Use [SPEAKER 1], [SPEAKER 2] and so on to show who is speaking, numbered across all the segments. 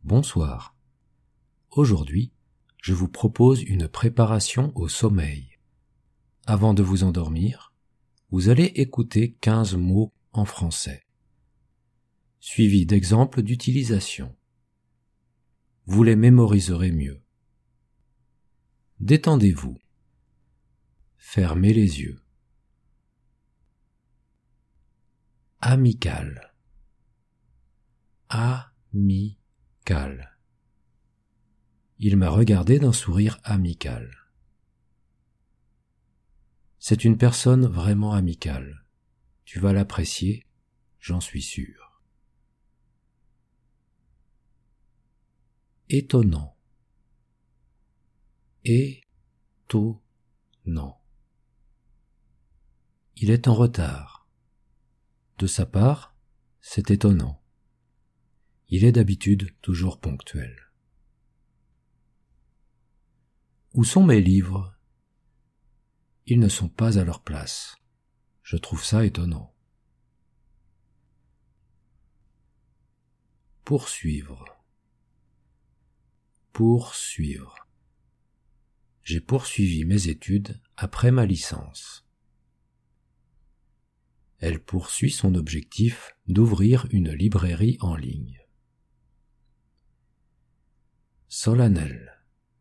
[SPEAKER 1] Bonsoir. Aujourd'hui, je vous propose une préparation au sommeil. Avant de vous endormir, vous allez écouter 15 mots en français, suivis d'exemples d'utilisation. Vous les mémoriserez mieux. Détendez-vous. Fermez les yeux. Amical. Amical. Il m'a regardé d'un sourire amical. C'est une personne vraiment amicale. Tu vas l'apprécier, j'en suis sûr. Étonnant. Étonnant. Il est en retard. De sa part, c'est étonnant. Il est d'habitude toujours ponctuel. Où sont mes livres ? Ils ne sont pas à leur place. Je trouve ça étonnant. Poursuivre. Poursuivre. J'ai poursuivi mes études après ma licence. Elle poursuit son objectif d'ouvrir une librairie en ligne. Solennel.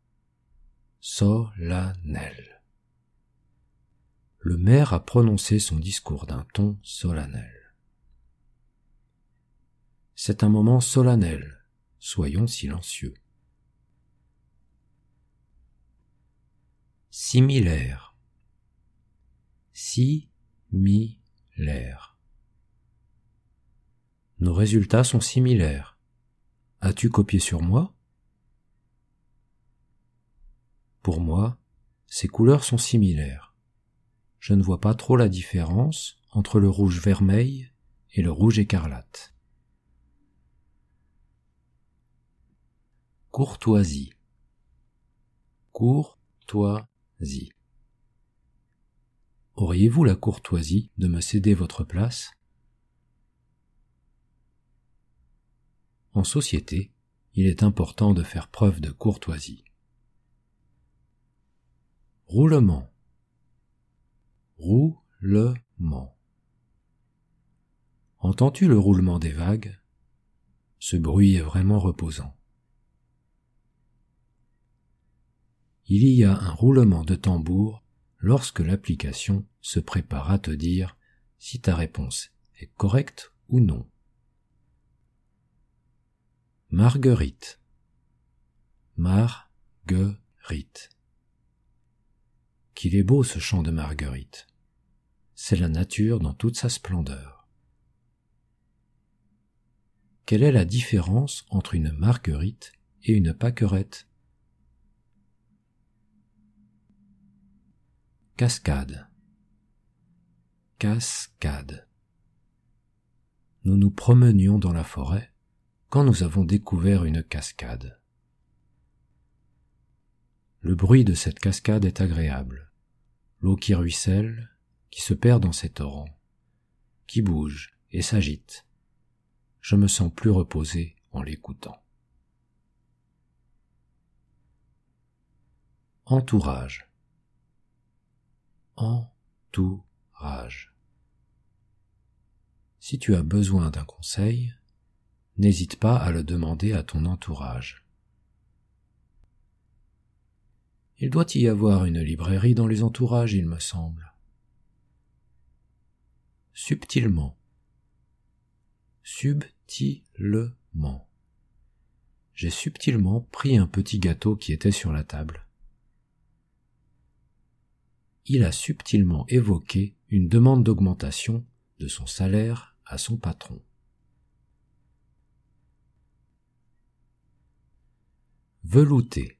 [SPEAKER 1] Solennel. Le maire a prononcé son discours d'un ton solennel. C'est un moment solennel, soyons silencieux. Similaire. Similaire. Nos résultats sont similaires. As-tu copié sur moi ? Pour moi, ces couleurs sont similaires. Je ne vois pas trop la différence entre le rouge vermeil et le rouge écarlate. Courtoisie. Courtoisie. Auriez-vous la courtoisie de me céder votre place ? En société, il est important de faire preuve de courtoisie. Roulement. Roulement. Entends-tu le roulement des vagues ? Ce bruit est vraiment reposant. Il y a un roulement de tambour lorsque l'application se prépare à te dire si ta réponse est correcte ou non. Marguerite. Marguerite. Qu'il est beau ce chant de Marguerite. C'est la nature dans toute sa splendeur. Quelle est la différence entre une marguerite et une pâquerette ? Cascade. Cascade. Nous nous promenions dans la forêt quand nous avons découvert une cascade. Le bruit de cette cascade est agréable. L'eau qui ruisselle, qui se perd dans ses torrents, qui bouge et s'agite. Je me sens plus reposé en l'écoutant. Entourage. Entourage. Si tu as besoin d'un conseil, n'hésite pas à le demander à ton entourage. Il doit y avoir une librairie dans les entourages, il me semble. Subtilement. Subtilement. J'ai subtilement pris un petit gâteau qui était sur la table. Il a subtilement évoqué une demande d'augmentation de son salaire à son patron. Velouté.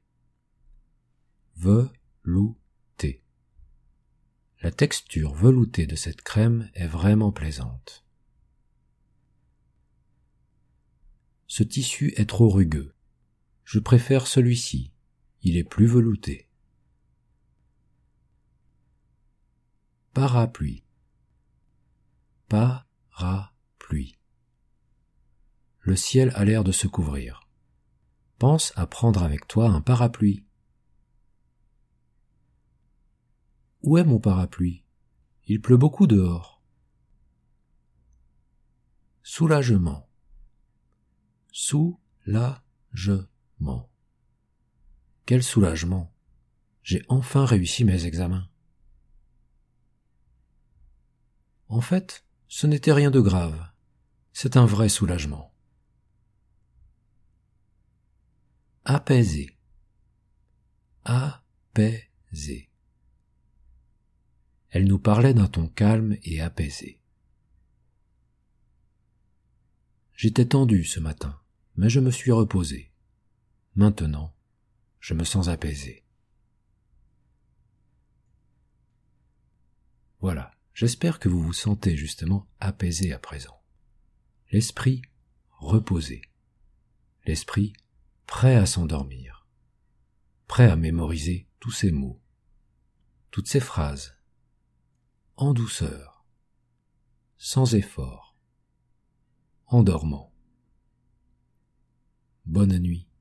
[SPEAKER 1] Velouté. La texture veloutée de cette crème est vraiment plaisante. Ce tissu est trop rugueux. Je préfère celui-ci. Il est plus velouté. Parapluie. Parapluie. Le ciel a l'air de se couvrir. pense à prendre avec toi un parapluie. Où est mon parapluie? Il pleut beaucoup dehors. Soulagement. Soulagement. Quel soulagement! J'ai enfin réussi mes examens. En fait, ce n'était rien de grave. C'est un vrai soulagement. Apaisé. Apaisé. Elle nous parlait d'un ton calme et apaisé. J'étais tendu ce matin, mais je me suis reposé. Maintenant, je me sens apaisé. Voilà, j'espère que vous vous sentez justement apaisé à présent. L'esprit reposé. L'esprit prêt à s'endormir. Prêt à mémoriser tous ces mots, toutes ces phrases, en douceur, sans effort, en dormant. Bonne nuit.